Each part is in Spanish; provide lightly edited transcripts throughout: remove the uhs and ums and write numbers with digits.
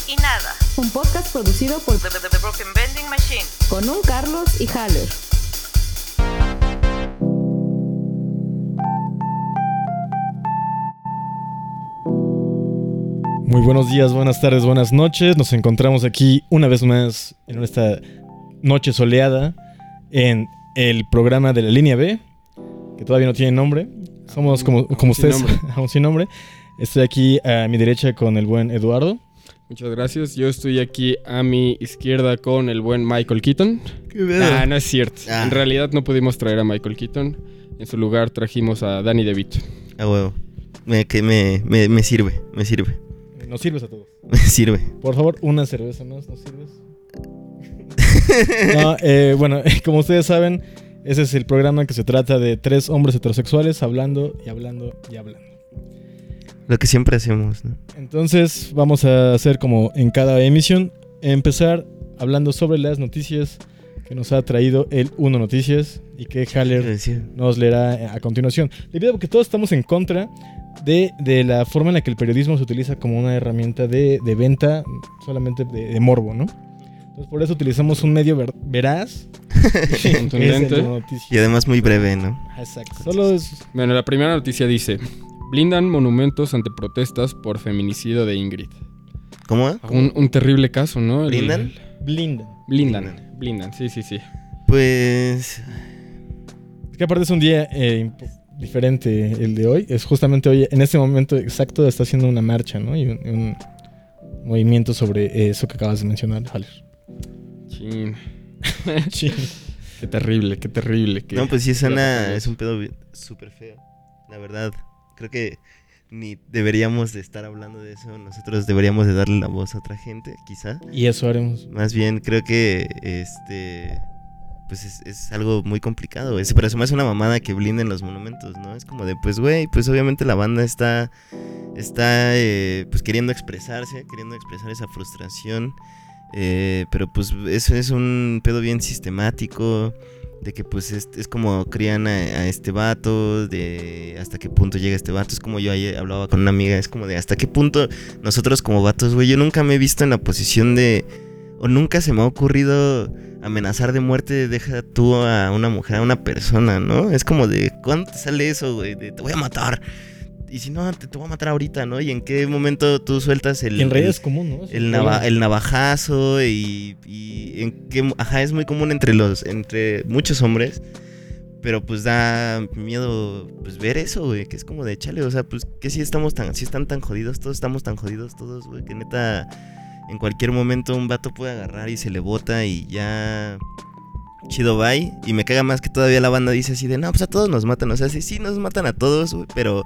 y Nada. Un podcast producido por The Broken Vending Machine. con un Carlos y Haller. Muy buenos días, buenas tardes, buenas noches. Nos encontramos aquí una vez más en esta noche soleada en el programa de la Línea B, que todavía no tiene nombre. Somos como ustedes, aún sin nombre. Estoy aquí a mi derecha con el buen Eduardo. Muchas gracias. Yo estoy aquí a mi izquierda con el buen Michael Keaton. No es cierto. En realidad no pudimos traer a Michael Keaton. En su lugar trajimos a Danny DeVito. Ah, huevo. Me sirve. Nos sirves a todos. Me sirve. Por favor, una cerveza más, ¿nos sirves? No, bueno, como ustedes saben, ese es el programa que se trata de tres hombres heterosexuales hablando y hablando y hablando. Lo que siempre hacemos, ¿no? Entonces vamos a hacer como en cada emisión, empezar hablando sobre las noticias que nos ha traído el Uno Noticias y que Haller nos leerá a continuación. Debido a que todos estamos en contra de la forma en la que el periodismo se utiliza como una herramienta de venta solamente de morbo, ¿no? Entonces por eso utilizamos un medio veraz contundente y además muy breve, ¿no? Exacto. Solo es... Bueno, la primera noticia dice: blindan monumentos ante protestas por feminicidio de Ingrid. ¿Cómo? Un terrible caso, ¿no? ¿Blindan? Blindan, sí. Pues... Es que aparte es un día diferente el de hoy. Es justamente hoy, en este momento exacto, está haciendo una marcha, ¿no? Y un movimiento sobre eso que acabas de mencionar, Haller. Chin. Chin. Qué terrible. No, pues sí, es un pedo súper feo, la verdad. Creo que ni deberíamos de estar hablando de eso. Nosotros deberíamos de darle la voz a otra gente, quizá. Y eso haremos. Más bien, creo que pues es algo muy complicado, güey. Pero se me hace una mamada que blinden los monumentos, ¿no? Es como de, pues, güey, pues obviamente la banda está pues queriendo expresar esa frustración. Pero pues eso es un pedo bien sistemático. De que pues es como crían a este vato, de hasta qué punto llega este vato. Es como yo ayer hablaba con una amiga, es como de hasta qué punto nosotros como vatos, güey, yo nunca me he visto en la posición de, o nunca se me ha ocurrido amenazar de muerte, deja tú a una mujer, a una persona, ¿no? Es como de, ¿cuándo te sale eso, güey? De te voy a matar. Y si no, te voy a matar ahorita, ¿no? ¿Y en qué momento tú sueltas el... En realidad es común, ¿no? El navajazo y en qué... Ajá, es muy común entre muchos hombres. Pero pues da miedo pues ver eso, güey. Que es como de chale, o sea, pues que si están tan jodidos, todos estamos tan jodidos todos, güey. Que neta, en cualquier momento un vato puede agarrar y se le bota y ya... Chido, bye. Y me caga más que todavía la banda dice así de, no, pues a todos nos matan. O sea, sí nos matan a todos, güey, pero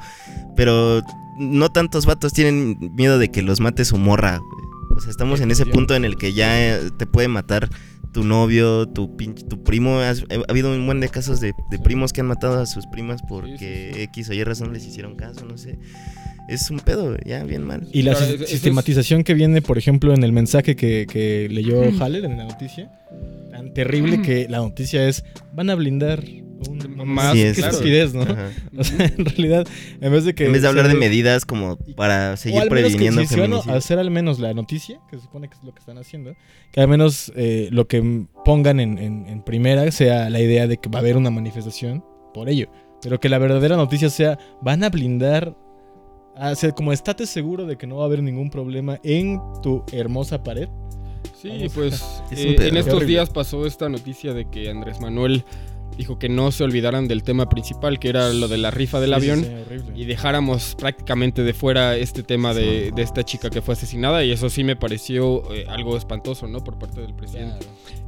no tantos vatos tienen miedo de que los mate su morra, güey. O sea, estamos en ese punto en el que ya te puede matar tu novio, tu primo. Ha habido un buen de casos de primos que han matado a sus primas porque sí. X o Y razón les hicieron caso, no sé. Es un pedo, ya, bien mal. Y la sistematización que viene, por ejemplo, en el mensaje que leyó Haller en la noticia, tan terrible que la noticia es, van a blindar más. Sí, qué estupidez, ¿no? Ajá. O sea, en realidad, en vez de hablar de medidas como para seguir previniendo feminicidio. Si van a hacer al menos la noticia, que se supone que es lo que están haciendo, que al menos lo que pongan en primera sea la idea de que va a haber una manifestación por ello. Pero que la verdadera noticia sea, van a blindar. O sea, como estate seguro de que no va a haber ningún problema en tu hermosa pared. Sí, pues en estos días pasó esta noticia de que Andrés Manuel dijo que no se olvidaran del tema principal, que era lo de la rifa del avión, y dejáramos prácticamente de fuera este tema de esta chica que fue asesinada, y eso sí me pareció algo espantoso, ¿no? Por parte del presidente.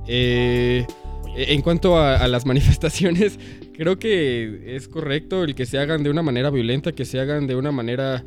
En cuanto a las manifestaciones, creo que es correcto el que se hagan de una manera violenta, que se hagan de una manera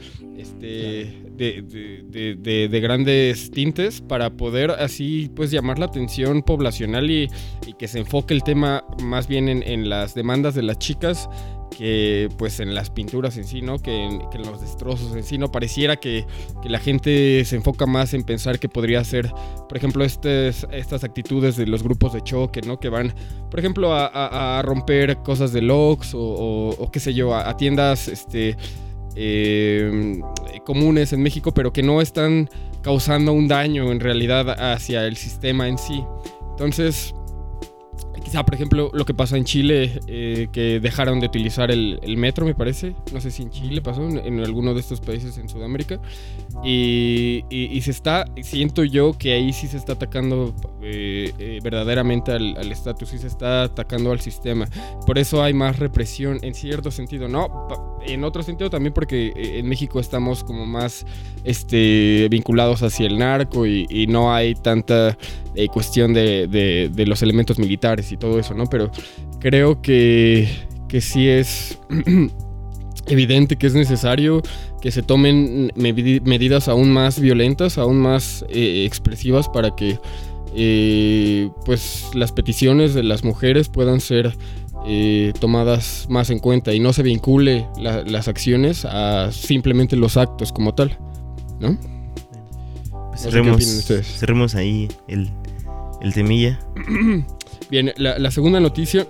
de grandes tintes, para poder así pues llamar la atención poblacional y que se enfoque el tema más bien en las demandas de las chicas, que pues en las pinturas en sí, ¿no? Que en los destrozos en sí, ¿no? Pareciera que la gente se enfoca más en pensar que podría ser, por ejemplo, estas actitudes de los grupos de choque, ¿no? Que van, por ejemplo, a romper cosas de Lox o qué sé yo, a tiendas comunes en México, pero que no están causando un daño en realidad hacia el sistema en sí. Entonces, quizá por ejemplo lo que pasó en Chile, que dejaron de utilizar el metro, me parece, no sé si en Chile pasó, en alguno de estos países en Sudamérica, y siento yo que ahí sí se está atacando verdaderamente al estatus, sí se está atacando al sistema. Por eso hay más represión en cierto sentido, ¿no? En otro sentido también porque en México estamos como más vinculados hacia el narco y no hay tanta cuestión de los elementos militares y todo eso, ¿no? Pero creo que sí es evidente que es necesario que se tomen medidas aún más violentas, aún más expresivas para que pues las peticiones de las mujeres puedan ser tomadas más en cuenta y no se vincule las acciones a simplemente los actos como tal, ¿no? Pues No sé qué opinan ustedes. cerremos ahí el temilla. Bien, la segunda noticia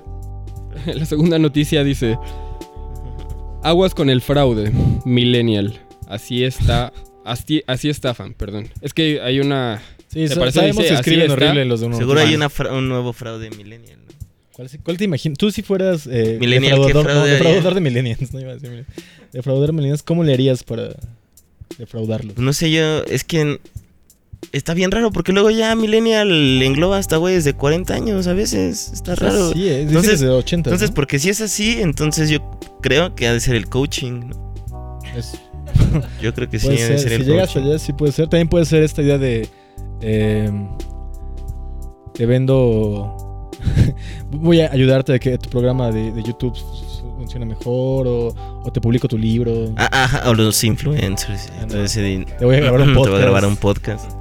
dice: aguas con el fraude, millennial. Así estafan, perdón. Es que hay una... Sí, sabemos que escriben horrible los de uno. Seguro hay un nuevo fraude millennial, ¿no? ¿Cuál te imaginas? Tú si fueras millennial, defraudador de millennials, no iba a decir defraudador de millennials, ¿cómo le harías para defraudarlos? No sé yo, es que está bien raro porque luego ya millennial engloba hasta güeyes de 40 años a veces, está raro. Sí, entonces de 80. Entonces, ¿no? porque si es así, entonces yo creo que ha de ser el coaching, ¿no? Yo creo que sí, ha de ser el si llegas coaching. allá, sí puede ser. También puede ser esta idea de te vendo voy a ayudarte a que tu programa de YouTube funcione mejor o te publico tu libro. Ajá, o los influencers. Entonces, te voy a grabar un podcast. Te voy a grabar un podcast.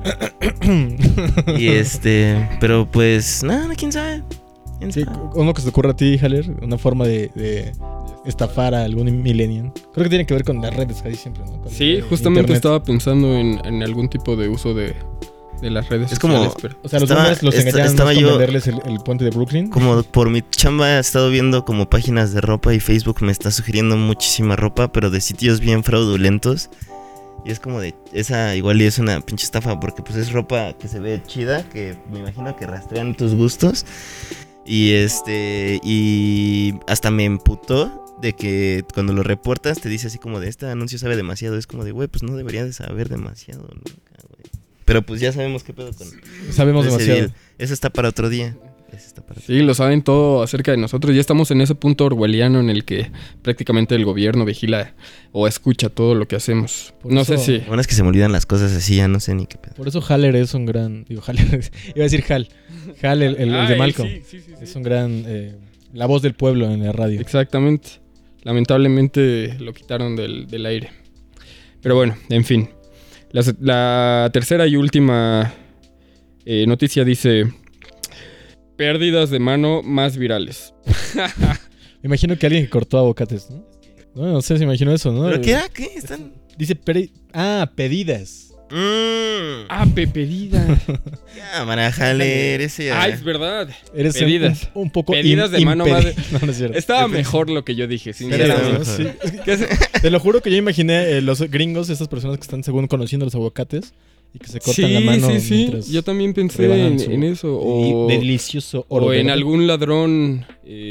Y pero pues, nada, quién sabe. Sí, uno que se te ocurra a ti, Haller, una forma de estafar a algún millennial. Creo que tiene que ver con las redes casi siempre, ¿no? Con sí, justamente Internet. Estaba pensando en algún tipo de uso de las redes sociales. Pero... O sea, los hombres los engañaban con venderles el puente de Brooklyn. Como por mi chamba he estado viendo como páginas de ropa y Facebook me está sugiriendo muchísima ropa, pero de sitios bien fraudulentos. Y es como de, esa igual y es una pinche estafa porque pues es ropa que se ve chida, que me imagino que rastrean tus gustos. Y y hasta me emputó de que cuando lo reportas te dice así como de, este anuncio sabe demasiado. Es como de, güey, pues no debería de saber demasiado nunca, güey. Pero pues ya sabemos qué pedo con... Sabemos demasiado. Deal. Eso está para otro día. Sí, lo saben todo acerca de nosotros. Ya estamos en ese punto orwelliano en el que prácticamente el gobierno vigila o escucha todo lo que hacemos. No sé si... Bueno, es que se me olvidan las cosas así, ya no sé ni qué pedo. Por eso Haller es un gran... Digo, Haller... Iba a decir Hal. Hal, el de Malcolm. Sí. Es un gran... la voz del pueblo en la radio. Exactamente. Lamentablemente lo quitaron del aire. Pero bueno, en fin. La tercera y última noticia dice... Pérdidas de mano más virales. Me imagino que alguien que cortó aguacates, ¿no? No sé si imaginó eso, ¿no? ¿Pero qué era? ¿Qué? Están... Dice pedidas. Pedidas. Cámara, Haller, ese... es verdad. Eres pedidas. Un poco pedidas de mano más... No es cierto. Estaba mejor lo que yo dije, sinceramente. Sí. Te lo juro que yo imaginé los gringos, estas personas que están según conociendo los aguacates y que se cortan la mano. Sí. Yo también pensé en eso. O delicioso oro. O en algún ladrón...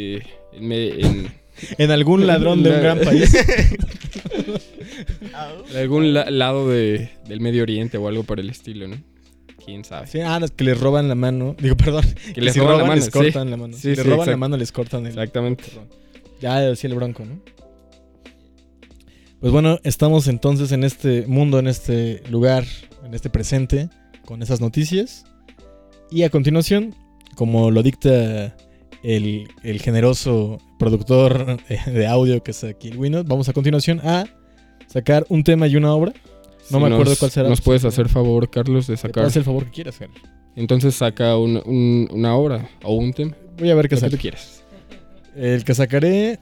en algún ladrón de un gran país. En algún lado del Medio Oriente o algo por el estilo, ¿no? ¿Quién sabe? Sí, que les roban la mano. Digo, perdón. Que les roban la mano, les cortan la mano. Sí, les roban la mano, les cortan el... Exactamente. Ya decía el Bronco, ¿no? Pues bueno, estamos entonces en este mundo, en este lugar, en este presente, con esas noticias. Y a continuación, como lo dicta el generoso productor de audio que es aquí el Winot, vamos a continuación a sacar un tema y una obra. No me acuerdo cuál será. ¿Nos puedes hacer favor, Carlos, de sacar? Haz el favor que quieras, Carlos. Entonces saca una obra o un tema. Voy a ver qué saca. Lo que tú quieras. El que sacaré...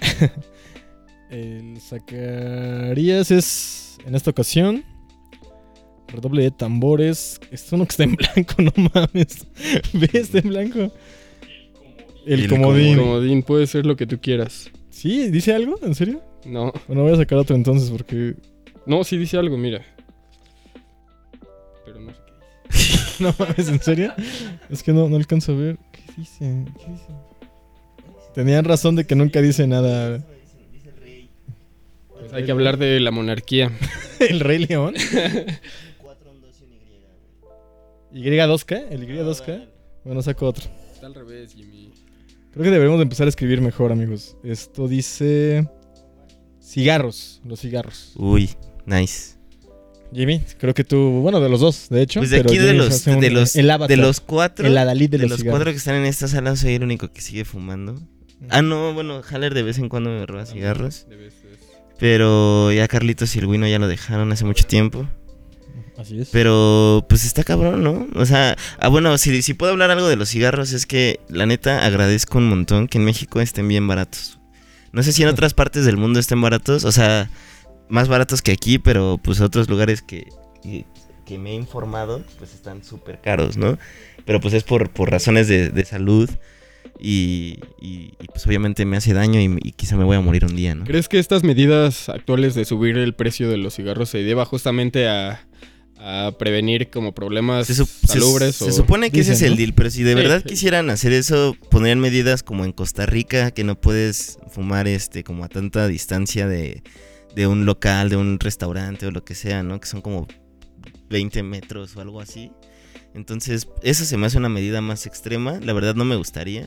el sacarías es, en esta ocasión, redoble de tambores. Es uno que está en blanco, no mames. ¿Ves? Está en blanco. El comodín. El comodín puede ser lo que tú quieras. ¿Sí? ¿Dice algo? ¿En serio? No. Bueno, voy a sacar otro entonces porque... No, sí dice algo, mira. pero no sé qué dice. No mames, ¿en serio? Es que no alcanzo a ver. ¿Qué dice? Tenían razón de que nunca dice nada. Pues hay que hablar de la monarquía. ¿El Rey León? ¿Y2K? ¿El Y2K? Bueno, saco otro. Está al revés, Jimmy. Creo que deberíamos de empezar a escribir mejor, amigos. Esto dice... Cigarros, los cigarros. Uy, nice. Jimmy, creo que tú... Bueno, de los dos, de hecho. Pues de aquí el avatar, de los cuatro... El Adalid de los los cigarros. cuatro que están en esta sala, soy el único que sigue fumando. Ah, no, bueno, Haller de vez en cuando me roba cigarros. Pero ya Carlitos y el Wino ya lo dejaron hace mucho tiempo. Así es. Pero pues está cabrón, ¿no? O sea, bueno, si puedo hablar algo de los cigarros es que la neta agradezco un montón que en México estén bien baratos. No sé si en otras partes del mundo estén baratos, o sea, más baratos que aquí, pero pues otros lugares que me he informado, pues están súper caros, ¿no? Pero pues es por razones de salud y pues obviamente me hace daño y quizá me voy a morir un día, ¿no? ¿Crees que estas medidas actuales de subir el precio de los cigarros se deba justamente a prevenir como problemas salubres? Se supone que ese es el deal, pero si de verdad sí. quisieran hacer eso, pondrían medidas como en Costa Rica, que no puedes fumar como a tanta distancia de un local, de un restaurante o lo que sea, ¿no? Que son como 20 metros o algo así. Entonces, eso se me hace una medida más extrema. La verdad no me gustaría.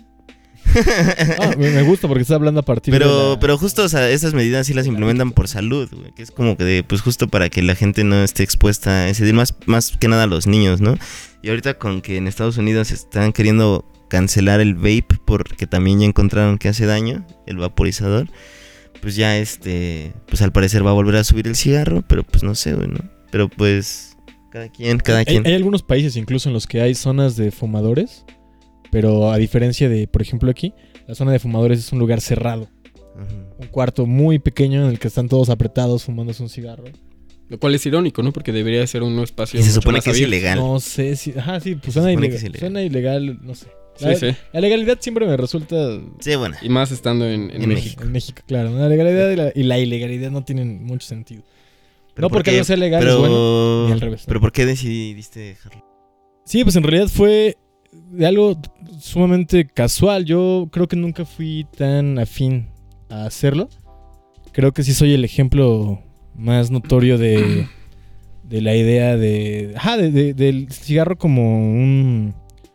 Me gusta porque estás hablando a partir de pero justo, o sea, esas medidas sí las implementan por salud, güey, que es como que pues justo para que la gente no esté expuesta a ese, más que nada a los niños, ¿no? Y ahorita con que en Estados Unidos están queriendo cancelar el vape porque también ya encontraron que hace daño, el vaporizador, pues ya pues al parecer va a volver a subir el cigarro, pero pues no sé, güey, ¿no? Pero pues cada quien. Hay algunos países incluso en los que hay zonas de fumadores. Pero a diferencia de, por ejemplo, aquí, la zona de fumadores es un lugar cerrado. Uh-huh. Un cuarto muy pequeño en el que están todos apretados fumándose un cigarro. Lo cual es irónico, ¿no? Porque debería ser un espacio. Y se supone más que abierto. Es ilegal. No sé si... Ajá, sí, pues suena ilegal, no sé. Sí. La legalidad siempre me resulta... Sí, bueno. Y más estando en México. En México, claro. La legalidad y la ilegalidad no tienen mucho sentido. Pero no porque algo sea legal es bueno, ni al revés. ¿No? ¿Pero por qué decidiste dejarlo? Sí, pues en realidad fue... de algo sumamente casual. Yo creo que nunca fui tan afín a hacerlo. Creo que sí soy el ejemplo más notorio de la idea del cigarro como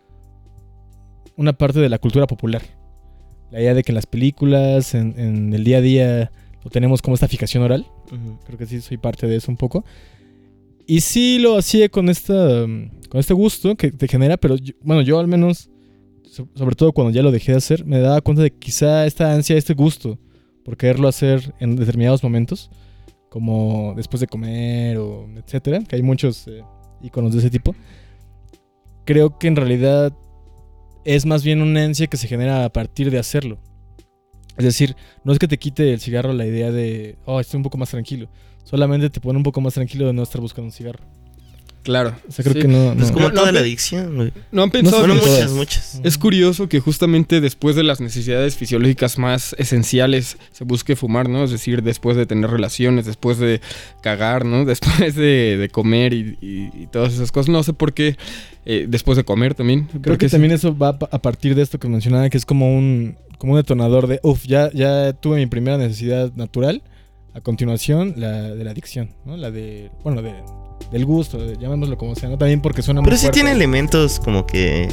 una parte de la cultura popular. La idea de que en las películas, en el día a día, lo tenemos como esta fijación oral. Uh-huh. Creo que sí soy parte de eso un poco. Y sí lo hacía con este gusto que te genera, pero yo al menos, sobre todo cuando ya lo dejé de hacer, me daba cuenta de que quizá esta ansia, este gusto por quererlo hacer en determinados momentos, como después de comer o etcétera, que hay muchos iconos de ese tipo, creo que en realidad es más bien una ansia que se genera a partir de hacerlo. Es decir, no es que te quite el cigarro la idea de, estoy un poco más tranquilo. Solamente te pone un poco más tranquilo de no estar buscando un cigarro. Claro. O sea, creo que no. Es como toda la adicción, güey. No han pensado. Bueno, muchas. Es curioso que justamente después de las necesidades fisiológicas más esenciales se busque fumar, ¿no? Es decir, después de tener relaciones, después de cagar, ¿no? Después de comer y todas esas cosas. No sé por qué. Después de comer también. Creo que también eso va a partir de esto que mencionaba, que es como un detonador de, ya tuve mi primera necesidad natural. A continuación, la de la adicción, ¿no? La de, del gusto, llamémoslo como sea, ¿no? También porque suena muy fuerte. Pero sí tiene elementos como que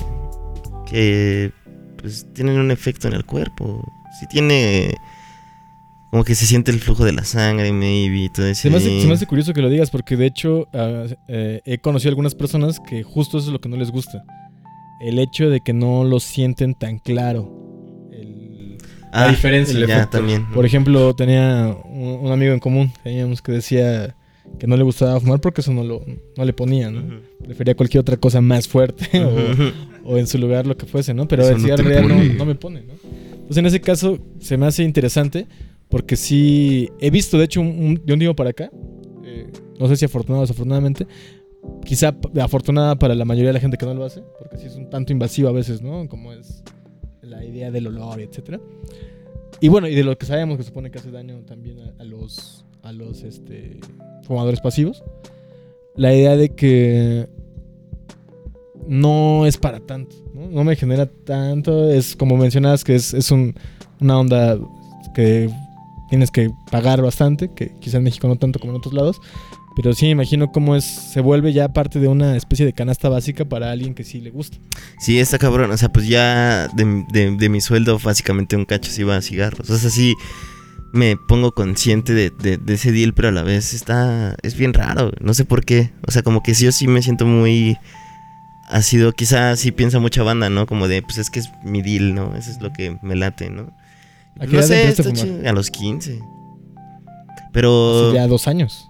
pues tienen un efecto en el cuerpo. Sí tiene como que se siente el flujo de la sangre, maybe, y todo eso. Se me hace curioso que lo digas porque de hecho he conocido a algunas personas que justo eso es lo que no les gusta. El hecho de que no lo sienten tan claro. La diferencia. Ya, también. Por ejemplo, tenía un amigo en común que decía que no le gustaba fumar porque eso no le ponía, ¿no? Uh-huh. Prefería cualquier otra cosa más fuerte o en su lugar lo que fuese, ¿no? Pero el cigarro real no me pone, ¿no? Entonces en ese caso se me hace interesante porque sí he visto, de hecho, de un tiempo para acá, no sé si afortunado o desafortunadamente, quizá afortunada para la mayoría de la gente que no lo hace, porque sí es un tanto invasivo a veces, ¿no? Como es la idea del olor, etcétera. Y bueno, y de lo que sabemos que supone que hace daño también a los fumadores pasivos. La idea de que no es para tanto, ¿no? No me genera tanto. Es como mencionabas que es una onda que tienes que pagar bastante, que quizá en México no tanto como en otros lados. Pero sí me imagino cómo se vuelve ya parte de una especie de canasta básica para alguien que sí le gusta. Sí, está cabrón. O sea, pues ya de mi sueldo básicamente un cacho se iba a cigarros. O sea, sí me pongo consciente de ese deal, pero a la vez es bien raro. No sé por qué. O sea, como que sí o sí me siento muy... ácido. Quizás sí piensa mucha banda, ¿no? Como de, pues es que es mi deal, ¿no? Eso es lo que me late, ¿no? ¿A qué edad empezaste a fumar? Chido. A los 15. Pero... Hace ya 2 años.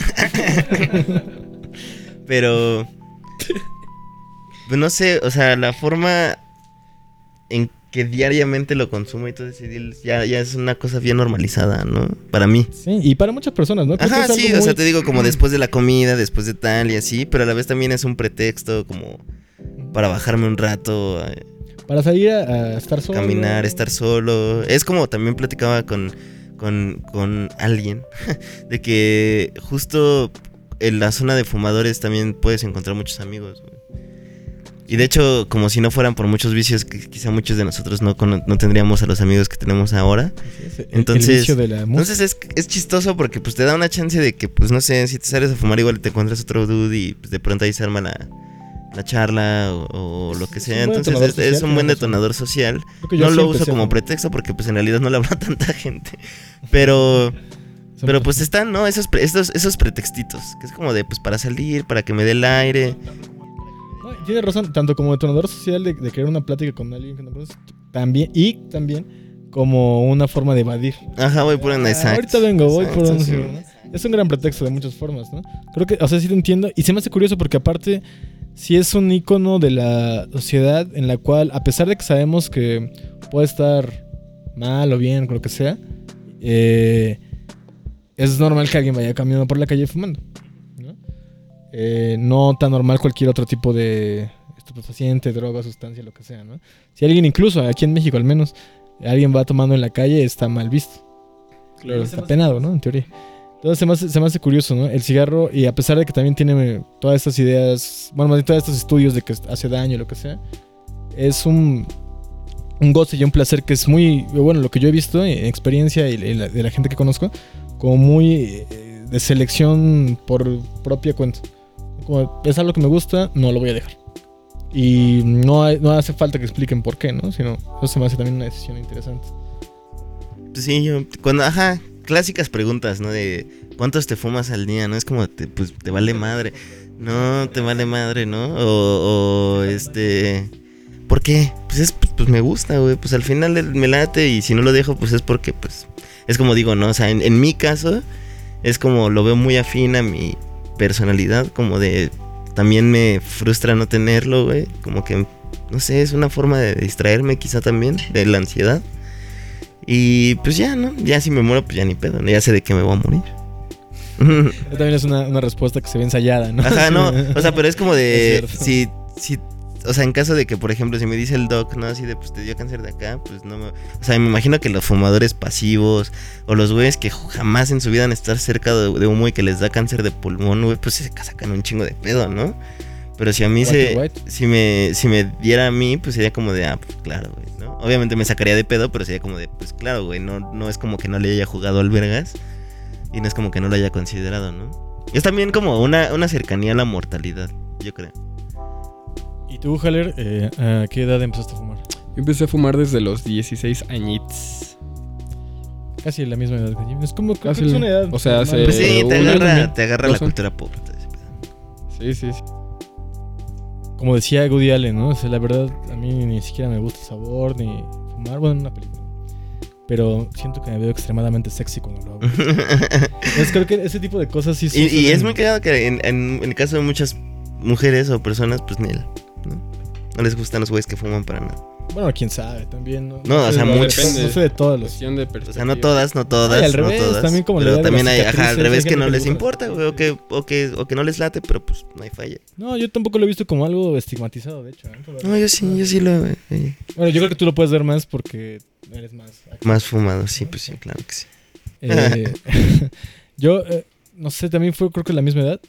Pero... pues no sé, o sea, la forma en que diariamente lo consumo y todo ese deal ya es una cosa bien normalizada, ¿no? Para mí. Sí, y para muchas personas, ¿no? Creo Ajá, sí, o sea, te digo como después de la comida, después de tal y así, pero a la vez también es un pretexto como para bajarme un rato. Para salir a estar solo. Caminar, estar solo. Es como también platicaba con alguien de que justo en la zona de fumadores también puedes encontrar muchos amigos, güey. Y de hecho, como si no fueran por muchos vicios que quizá muchos de nosotros no tendríamos a los amigos que tenemos ahora. Entonces, el vicio de la música. Entonces es chistoso porque pues te da una chance de que, pues no sé, si te sales a fumar igual te encuentras otro dude y pues, de pronto ahí se arma la charla o lo que sea. Entonces es un buen detonador social. No lo uso como pretexto porque pues en realidad no le hablo a tanta gente. Pero pues están, ¿no? Esos pretextitos, que es como de pues para salir, para que me dé el aire. No, tienes razón, tanto como detonador social de crear una plática con alguien que no conoces, también como una forma de evadir. Ajá, voy por una exacto. Ahorita vengo, voy por un... Sí. ¿no? Es un gran pretexto de muchas formas, ¿no? Creo que, o sea, sí te entiendo. Y se me hace curioso porque aparte sí es un icono de la sociedad en la cual, a pesar de que sabemos que puede estar mal o bien, con lo que sea, es normal que alguien vaya caminando por la calle fumando, ¿no? No tan normal cualquier otro tipo de estupefaciente, droga, sustancia, lo que sea, ¿no? Si alguien, incluso aquí en México al menos, alguien va tomando en la calle, está mal visto. Claro. Está penado, ¿no? En teoría. Entonces se me hace curioso, ¿no? El cigarro, y a pesar de que también tiene todas estas ideas, bueno, más bien todos estos estudios de que hace daño y lo que sea, es un goce y un placer que es muy, bueno, lo que yo he visto en experiencia y de la gente que conozco, como muy de selección por propia cuenta. Como es algo que me gusta, no lo voy a dejar. Y no hace falta que expliquen por qué, ¿no? Sino eso se me hace también una decisión interesante. Sí, clásicas preguntas, ¿no? De ¿cuántos te fumas al día? ¿No? Es como, pues te vale madre. No, te vale madre, ¿no? ¿Por qué? Pues me gusta, güey. Pues al final me late y si no lo dejo, pues es porque, pues... Es como digo, ¿no? O sea, en mi caso, es como lo veo muy afín a mi personalidad, como de... También me frustra no tenerlo, güey. Como que, no sé, es una forma de distraerme quizá también de la ansiedad. Y pues ya, ¿no? Ya si me muero, pues ya ni pedo, ¿no? Ya sé de qué me voy a morir. También es una respuesta que se ve ensayada, ¿no? Ajá, no, o sea, pero es como de... si o sea, en caso de que, por ejemplo, si me dice el doc, ¿no? Así de, pues te dio cáncer de acá, pues no me... O sea, me imagino que los fumadores pasivos o los güeyes que jamás en su vida van a estar cerca de humo y que les da cáncer de pulmón, güey, pues se sacan un chingo de pedo, ¿no? Pero si a mí si me diera a mí, pues sería como de, pues claro, güey, ¿no? Obviamente me sacaría de pedo, pero sería como de, pues claro, güey, no es como que no le haya jugado al vergas y no es como que no lo haya considerado, ¿no? Es también como una cercanía a la mortalidad, yo creo. ¿Y tú, Haller, a qué edad empezaste a fumar? Yo empecé a fumar desde los 16 añitos. Casi la misma edad que yo. Es como casi una edad. O sea, pues sí, te agarra la cultura pop. Sí. Como decía Woody Allen, ¿no? O sea, la verdad, a mí ni siquiera me gusta el sabor ni fumar. Bueno, en una película. Pero siento que me veo extremadamente sexy cuando lo hago. Entonces creo que ese tipo de cosas sí... Y es muy claro que en el caso de muchas mujeres o personas, pues ni no les gustan los güeyes que fuman para nada. Bueno, quién sabe, también. No, o sea, muchos. No sé de todas las. O sea, no todas. Ay, al revés, no todas. También como pero también hay, al revés que no les importa, güey, o que no les late, pero pues no hay falla. No, yo tampoco lo he visto como algo estigmatizado, de hecho. No, yo sí lo veo. Bueno, yo creo que tú lo puedes ver más porque eres más fumado, sí, pues sí, claro que sí. Yo, no sé, también fue creo que la misma edad.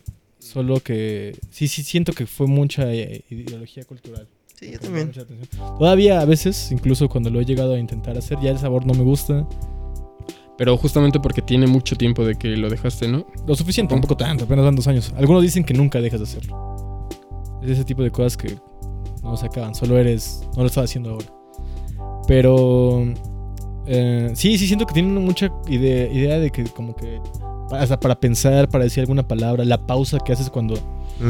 Solo que sí siento que fue mucha ideología cultural. Sí, yo también. Todavía a veces, incluso cuando lo he llegado a intentar hacer, ya el sabor no me gusta. Pero justamente porque tiene mucho tiempo de que lo dejaste, ¿no? Lo suficiente, tampoco tanto, apenas van 2 años. Algunos dicen que nunca dejas de hacerlo. Es ese tipo de cosas que no se acaban, no lo estás haciendo ahora. Pero sí siento que tienen mucha idea de que como que hasta para pensar, para decir alguna palabra, la pausa que haces cuando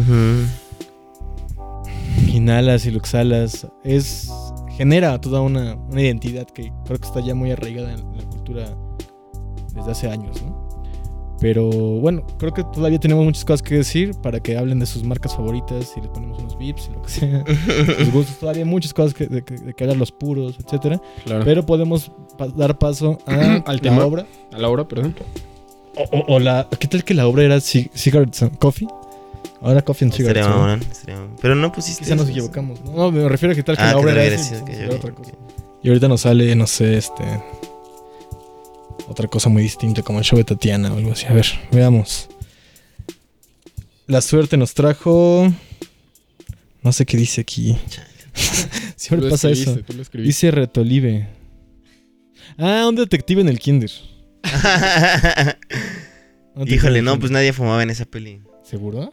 inhalas y lo exhalas, genera toda una identidad que creo que está ya muy arraigada en la cultura desde hace años, ¿no? Pero bueno, creo que todavía tenemos muchas cosas que decir para que hablen de sus marcas favoritas y les ponemos unos vips y lo que sea. Sus gustos, todavía hay muchas cosas de que hablar los puros, etcétera. Claro. Pero podemos dar paso al tema, la obra. A la obra, perdón. ¿Qué tal que la obra era Cigarettes and Coffee? Ahora Coffee and Cigarettes. Pero no pusiste. Quizá nos equivocamos. No, me refiero a que tal que la obra era otra cosa. Y ahorita nos sale, no sé, otra cosa muy distinta, como el show de Tatiana o algo así. A ver, veamos. La suerte nos trajo. No sé qué dice aquí. Siempre pasa eso. Dice Retolive. Un detective en el kinder. Híjole, no, pues nadie fumaba en esa peli. ¿Seguro?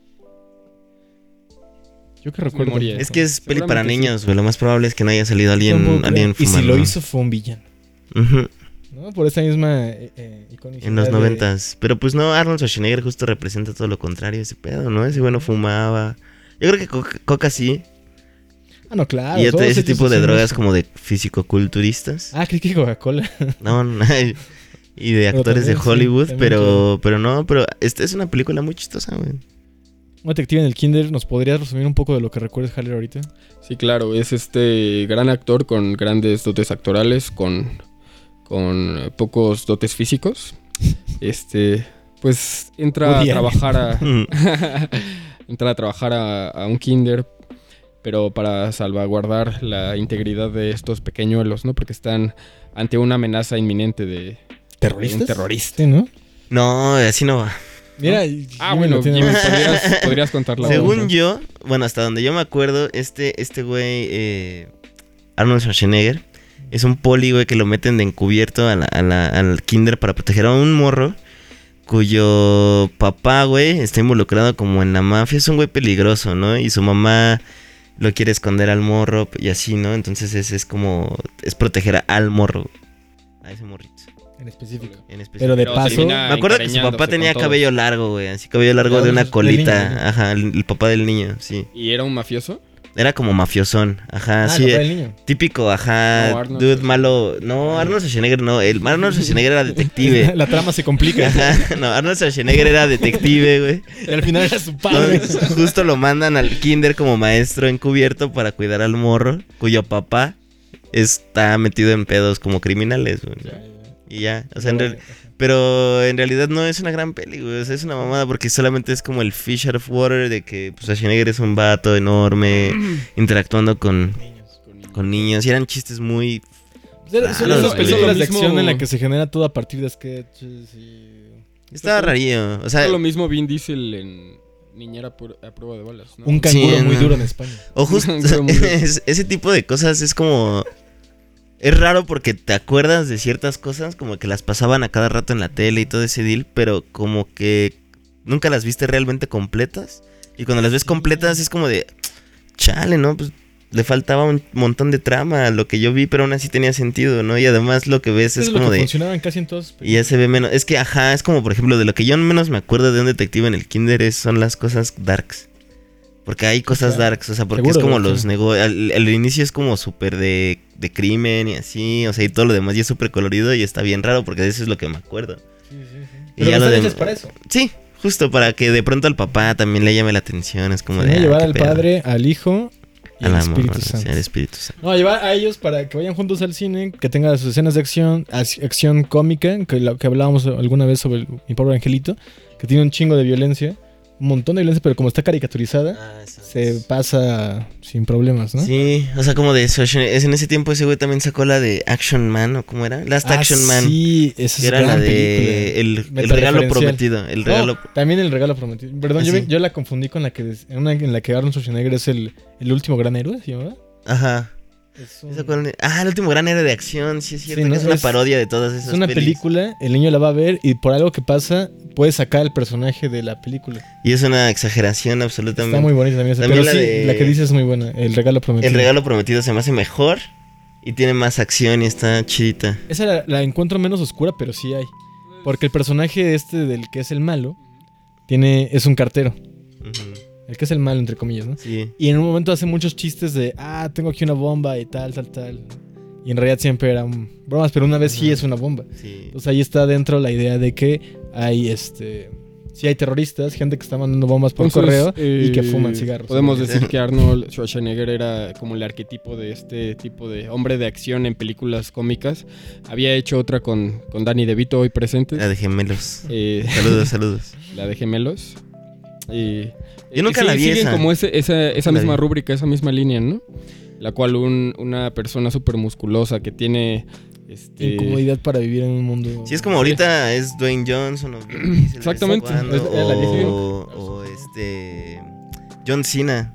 Yo que recuerdo. Es que es peli para niños, güey. Lo más probable es que no haya salido alguien fumando. Y si lo hizo fue un villano. ¿No? Por esa misma iconicidad. En los 90s. Pero pues no, Arnold Schwarzenegger justo representa todo lo contrario, ese pedo, ¿no? Ese güey no fumaba. Yo creo que Coca sí. No, claro. Y ese tipo de drogas como de fisicoculturistas. Creí que Coca-Cola. No. Y de actores de Hollywood, pero esta es una película muy chistosa, güey. Un detective en el kinder, ¿nos podrías resumir un poco de lo que recuerdas, Haller, ahorita? Sí, claro, es gran actor con grandes dotes actorales, con pocos dotes físicos. Pues entra a trabajar a un kinder, pero para salvaguardar la integridad de estos pequeñuelos, ¿no? Porque están ante una amenaza inminente de ¿terroristas? Un terrorista, ¿no? No, así no va. Mira, bueno, Jimmy, podrías contarla. Según yo, bueno, hasta donde yo me acuerdo, este güey, Arnold Schwarzenegger, es un poli, güey, que lo meten de encubierto al kinder para proteger a un morro cuyo papá, güey, está involucrado como en la mafia. Es un güey peligroso, ¿no? Y su mamá lo quiere esconder al morro y así, ¿no? Entonces es proteger al morro, a ese morrito. En específico. Pero de paso, me acuerdo que su papá tenía cabello largo, güey. Así cabello largo de una colita. Niño, ¿no? Ajá, el papá del niño, sí. ¿Y era un mafioso? Era como mafiosón, ajá, sí. El niño. Típico, ajá, no, dude malo. No, Arnold Schwarzenegger no. Arnold Schwarzenegger era detective. La trama se complica. Ajá, no, Arnold Schwarzenegger era detective, güey. Y al final era su padre. No, justo lo mandan al kinder como maestro encubierto para cuidar al morro, cuyo papá está metido en pedos como criminales, güey. Y ya, o sea, pero en realidad no es una gran peli, güey. O sea, es una mamada porque solamente es como el fish out of water de que pues, Schwarzenegger es un vato enorme interactuando con niños. Y eran chistes muy... Son esas películas de acción en la que se genera todo a partir de sketches y... Estaba rarillo, o sea... Es lo mismo Vin Diesel en Niñera a prueba de balas, ¿no? Un canguro muy duro en España. O justo ese tipo de cosas es como... Es raro porque te acuerdas de ciertas cosas, como que las pasaban a cada rato en la tele y todo ese deal, pero como que nunca las viste realmente completas. Y cuando las ves completas es como de, chale, ¿no? Pues le faltaba un montón de trama a lo que yo vi, pero aún así tenía sentido, ¿no? Y además lo que ves es como de... funcionaban casi en todos. Y ya se ve menos... Es que, ajá, es como, por ejemplo, de lo que yo menos me acuerdo de un detective en el kinder son las cosas darks. Porque hay cosas darks, o sea, porque seguro, es como los negocios... El inicio es como súper de crimen y así, o sea, y todo lo demás ya es súper colorido y está bien raro porque de eso es lo que me acuerdo. Sí. Y ya lo demás para eso. Sí, justo para que de pronto al papá también le llame la atención, es como de... llevar al padre, al hijo y al Espíritu Santo. Sí, al Espíritu Santo. No, llevar a ellos para que vayan juntos al cine, que tengan sus escenas de acción cómica, que hablábamos alguna vez sobre Mi Pobre Angelito, que tiene un chingo de violencia. un montón de violencia, pero como está caricaturizada, se pasa sin problemas, ¿no? Sí, o sea, como de Schwarzenegger. En ese tiempo ese güey también sacó la de Action Man, ¿o cómo era? Last Action Man. Sí, esa que era la de el regalo prometido. También el regalo prometido. Perdón, yo la confundí con la que en la que Arnold Schwarzenegger es el último gran héroe, ¿se llamaba? Ajá. El último gran héroe de acción, sí es cierto, sí, ¿no? Que es una parodia de todas esas. Es una película, el niño la va a ver y por algo que pasa puede sacar al personaje de la película. Y es una exageración absolutamente. Está muy bonita también. Pero la que dices es muy buena, el regalo prometido. El regalo prometido se me hace mejor y tiene más acción y está chidita. Esa la encuentro menos oscura, pero sí hay. Porque el personaje del que es el malo es un cartero. El que es el malo, entre comillas, ¿no? Sí. Y en un momento hace muchos chistes de, tengo aquí una bomba y tal. Y en realidad siempre eran bromas, pero una vez sí es una bomba. Sí. Entonces ahí está dentro la idea de que hay sí hay terroristas, gente que está mandando bombas por correo y que fuman cigarros. Podemos decir que Arnold Schwarzenegger era como el arquetipo de este tipo de hombre de acción en películas cómicas. Había hecho otra con Danny DeVito hoy presente. La de Gemelos. Saludos. La de Gemelos. Yo nunca la vi siguen esa. como esa misma rúbrica, esa misma línea, ¿no? La cual una persona súper musculosa que tiene incomodidad para vivir en un mundo. Sí, es como ahorita es Dwayne Johnson o exactamente. O John Cena.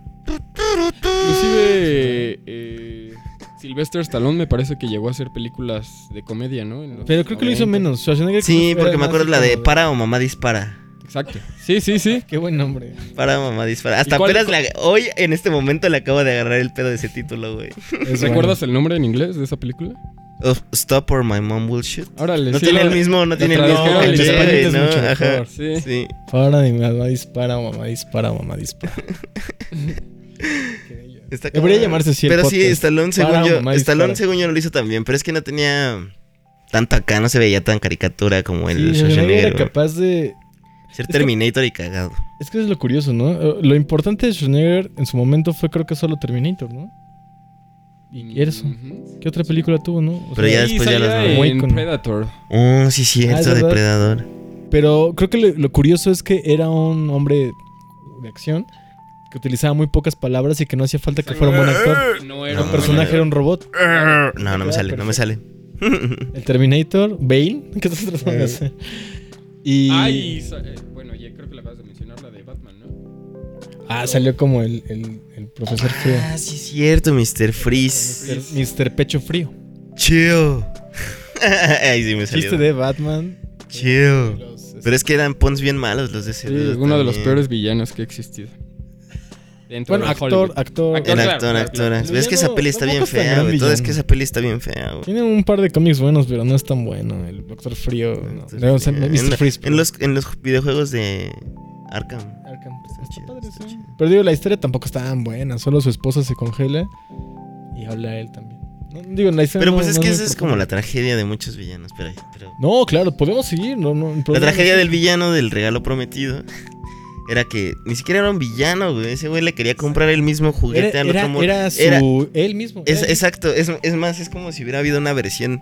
Inclusive Sylvester Stallone me parece que llegó a hacer películas de comedia, ¿no? Pero creo que lo hizo menos. Schwarzenegger. Sí, porque me acuerdo la de Para o Mamá Dispara. Exacto. Sí. Qué buen nombre. Para Mamá Dispara. Hasta apenas hoy, en este momento, le acabo de agarrar el pedo de ese título, güey. ¿Recuerdas el nombre en inglés de esa película? Stop or My Mom Will Shoot. Órale, no tiene el mismo, no tiene el mismo. El español es mucho Ajá. mejor. Sí. Para mi mamá dispara, mamá dispara, mamá dispara. Debería llamarse así. Pero sí, Stallone según yo no lo hizo tan bien, pero es que no tenía tanto acá, no se veía tan caricatura como el Schwarzenegger. Era capaz de ser Terminator y cagado. Es que es lo curioso, ¿no? Lo importante de Schwarzenegger en su momento fue creo que solo Terminator, ¿no? Y eso. ¿Qué otra película tuvo, no? Pero ya después ya las en Predator. Sí, cierto, de Predador. Pero creo que lo curioso es que era un hombre de acción que utilizaba muy pocas palabras y que no hacía falta que fuera un buen actor. El personaje era un robot. No me sale. El Terminator, Bane. ¿Qué estás tratando de hacer? Bueno, ya creo que la acabas de mencionar, la de Batman, ¿no? Salió como el profesor frío. Sí, es cierto, Mr. Freeze. Mr. Pecho Frío. Chill. Ahí sí me salió. Chiste de Batman. Chill. Pero es que eran puns bien malos los de ese. Sí, uno de los peores villanos que ha existido. Bueno, actor. Ves que esa peli está bien fea, güey. Todo es que esa peli está bien fea, güey. Tiene un par de cómics buenos, pero no es tan bueno. El Doctor Frío. Mr. Freeze. En los videojuegos de Arkham. Está padre, sí. Pero digo, la historia tampoco está tan buena. Solo su esposa se congela y habla él también. La historia pero pues es que esa es como la tragedia de muchos villanos. Pero... No, claro, podemos seguir. La tragedia del villano del regalo prometido era que ni siquiera era un villano, güey. Ese güey le quería comprar el mismo juguete al otro modo. Era él mismo. Exacto. Es más, es como si hubiera habido una versión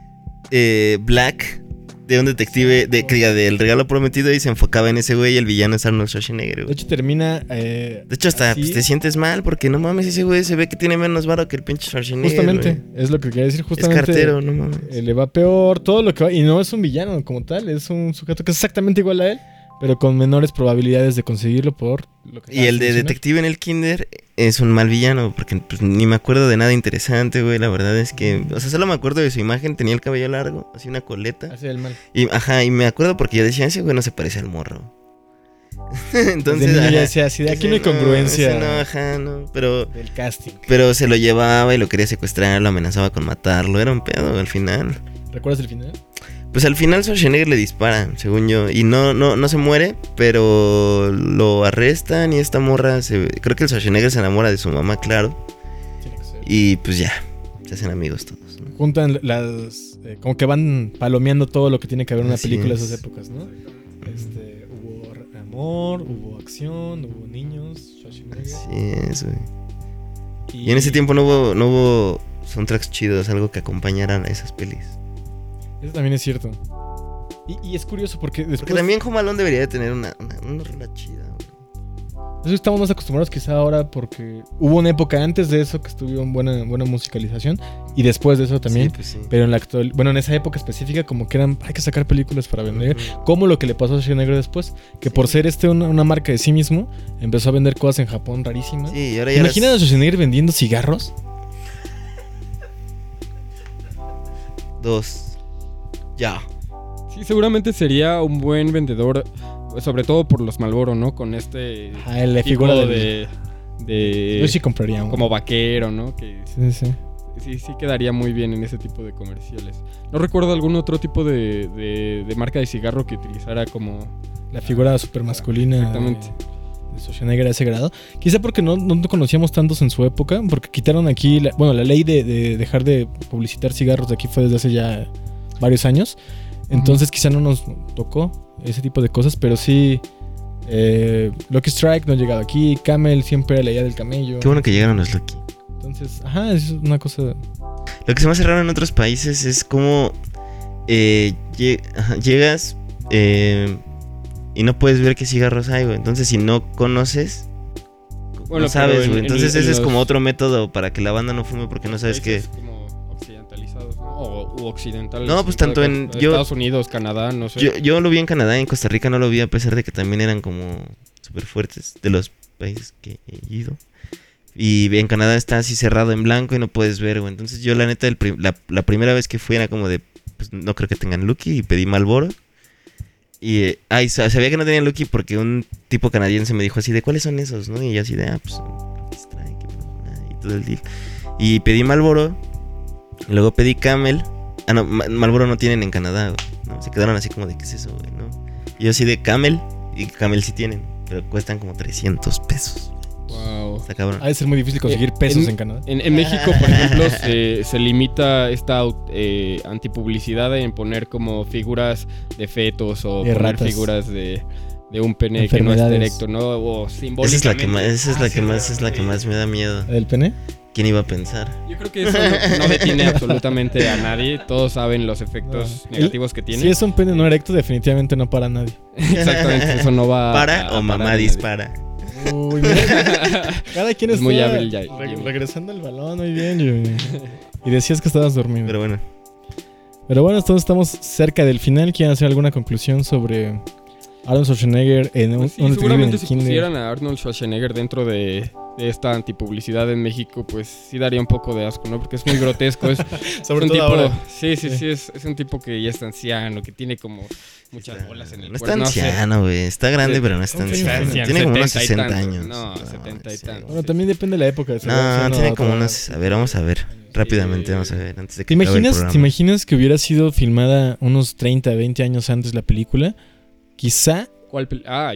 Black de un detective del regalo prometido y se enfocaba en ese güey y el villano es Arnold Schwarzenegger, güey. De hecho termina de hecho hasta pues, te sientes mal porque no mames, ese güey se ve que tiene menos varo que el pinche Schwarzenegger. Justamente, güey. Es lo que quería decir, justamente. Es cartero, no mames. Le va peor, todo lo que va. Y no es un villano como tal, es un sujeto que es exactamente igual a él, pero con menores probabilidades de conseguirlo por lo que... Y el de detective en el kinder es un mal villano, porque pues, ni me acuerdo de nada interesante, güey. La verdad es que... O sea, solo me acuerdo de su imagen, tenía el cabello largo, así una coleta. Así el mal. Y me acuerdo porque yo decía, ese güey no se parece al morro. Entonces... De niño ya decía así, de aquí no hay congruencia. No, pero... Del casting. Pero se lo llevaba y lo quería secuestrar, lo amenazaba con matarlo. Era un pedo al final. ¿Recuerdas el final? Pues al final Schwarzenegger le dispara, según yo. Y no se muere, pero lo arrestan y esta morra creo que el Schwarzenegger se enamora de su mamá, claro. Tiene que ser. Y pues ya, se hacen amigos todos, ¿no? Juntan como que van palomeando todo lo que tiene que haber en una película de esas épocas, ¿no? Hubo amor, hubo acción, hubo niños, Schwarzenegger. Así es, güey. Y en ese tiempo no hubo soundtracks chidos, algo que acompañaran a esas pelis. Eso también es cierto. Y es curioso porque después... Porque también Home Alone debería de tener una rola chida, güey. Nosotros estamos más acostumbrados quizá ahora porque hubo una época antes de eso que estuvo en buena musicalización y después de eso también. Sí, pues sí. Pero en la actual, bueno, en esa época específica como que hay que sacar películas para vender, como lo que le pasó a Schwarzenegger después, que por ser una marca de sí mismo, empezó a vender cosas en Japón rarísimas. Sí, y ahora ya ¿Imaginas a Schwarzenegger vendiendo cigarros? 2. Ya. Sí, seguramente sería un buen vendedor, sobre todo por los Marlboro, ¿no? Con este La figura de yo sí compraría uno. como vaquero, ¿no? Que Sí. sí quedaría muy bien en ese tipo de comerciales. No recuerdo algún otro tipo de marca de cigarro que utilizara como... La figura super masculina. Exactamente. De Schwarzenegger a ese grado. Quizá porque no conocíamos tantos en su época, porque quitaron aquí, la ley de dejar de publicitar cigarros de aquí fue desde hace ya varios años. Entonces quizá no nos tocó ese tipo de cosas, pero sí Lucky Strike no ha llegado aquí, Camel siempre era la idea del camello. Qué bueno que llegaron los Lucky. Entonces, es una cosa... Lo que se me hace raro en otros países es como llegas y no puedes ver qué cigarros hay, güey. Entonces si no conoces, no sabes, güey. Entonces ese es como otro método para que la banda no fume porque no sabes qué. Como occidentalizados, ¿no? U occidentales. No, pues tanto en Estados Unidos, Canadá, no sé. Yo lo vi en Canadá y en Costa Rica no lo vi, a pesar de que también eran como súper fuertes de los países que he ido. Y en Canadá está así cerrado en blanco y no puedes ver, güey. Entonces yo la neta, la primera vez que fui era como de, pues no creo que tengan Lucky, y pedí Marlboro. Y sabía que no tenían Lucky porque un tipo canadiense me dijo así de, ¿cuáles son esos? ¿No? Y yo así de, pues Lucky Strike y todo el deal. Y pedí Marlboro, y luego pedí Camel. No, Marlboro no tienen en Canadá, güey, ¿no? Se quedaron así como de, ¿qué es eso, güey? ¿No? Y yo así de Camel, y Camel sí tienen, pero cuestan como $300. Wow. Está cabrón. Ha de ser muy difícil conseguir pesos en Canadá. En México, por ejemplo, se limita esta antipublicidad en poner como figuras de fetos o de poner ratas. Figuras de un pene que no es directo, ¿no? O simbólicamente. Esa es la que más me da miedo. ¿El pene? ¿Quién iba a pensar? Yo creo que eso no detiene absolutamente a nadie. Todos saben los efectos negativos que tiene. Si es un pene no erecto, definitivamente no para nadie. Exactamente, eso no va ¿Para o mamá dispara? Uy, mira. Cada quien es muy hábil ya. Regresando el balón, muy bien. Y decías que estabas dormido. Pero bueno, todos estamos cerca del final. ¿Quieren hacer alguna conclusión sobre Arnold Schwarzenegger en un seguramente si pusieran a Arnold Schwarzenegger dentro de esta antipublicidad en México, pues sí daría un poco de asco, ¿no? Porque es muy grotesco. Sobre todo tipo, ahora. Sí, es un tipo que ya está anciano, que tiene como muchas bolas en el cuerpo. No está anciano, güey. Está grande, pero no está anciano. Tiene como unos 60 años. No, 70 y tantos. Bueno, también depende de la época. No, tiene como unos... A ver, vamos a ver. Rápidamente, vamos a ver. Antes de que ¿Te imaginas que hubiera sido filmada unos 30, 20 años antes la película? Quizá... ¿Cuál ya.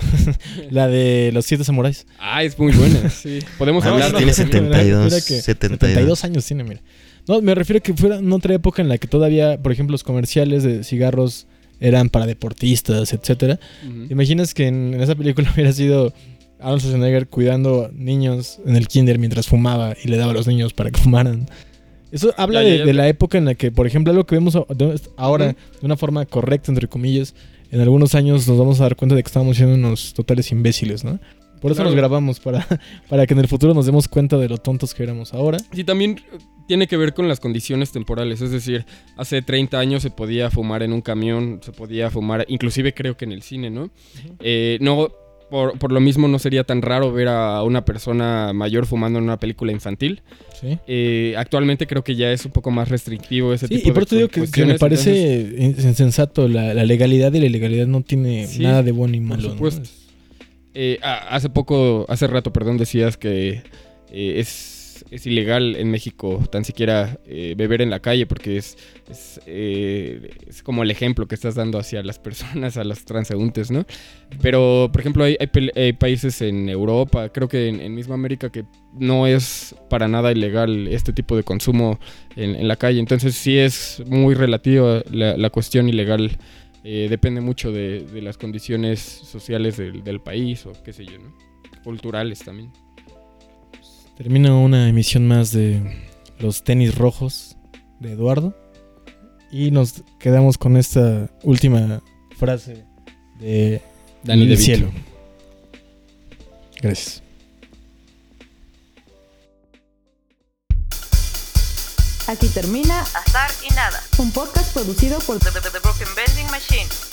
La de Los 7 Samuráis. Es muy buena, sí. Podemos hablar. Tiene 72. 72 años tiene, mira. No, me refiero a que fuera en otra época en la que todavía, por ejemplo, los comerciales de cigarros eran para deportistas, etcétera. ¿Te imaginas que en esa película hubiera sido Arnold Schwarzenegger cuidando niños en el kinder mientras fumaba y le daba a los niños para que fumaran? Eso habla de la época en la que, por ejemplo, algo que vemos ahora de una forma correcta, entre comillas, en algunos años nos vamos a dar cuenta de que estamos siendo unos totales imbéciles, ¿no? Por eso nos grabamos, para que en el futuro nos demos cuenta de lo tontos que éramos ahora. Sí, también tiene que ver con las condiciones temporales. Es decir, hace 30 años se podía fumar en un camión, se podía fumar, inclusive creo que en el cine, ¿no? No, por lo mismo no sería tan raro ver a una persona mayor fumando en una película infantil. Sí. Actualmente creo que ya es un poco más restrictivo ese tipo de cosas. Sí, y por eso digo que me parece insensato. La legalidad y la ilegalidad no tiene nada de bueno y malo. Por supuesto. ¿no? Hace rato, decías que es ilegal en México tan siquiera beber en la calle porque es como el ejemplo que estás dando hacia las personas, a los transeúntes, ¿no? Pero, por ejemplo, hay países en Europa, creo que en misma América, que no es para nada ilegal este tipo de consumo en la calle. Entonces sí es muy relativa la cuestión ilegal. Depende mucho de las condiciones sociales del país o qué sé yo, ¿no? Culturales también. Termina una emisión más de Los Tenis Rojos de Eduardo. Y nos quedamos con esta última frase de Danny del DeVito. cielo. Gracias. Aquí termina Azar y nada. un podcast producido por The Broken Vending Machine.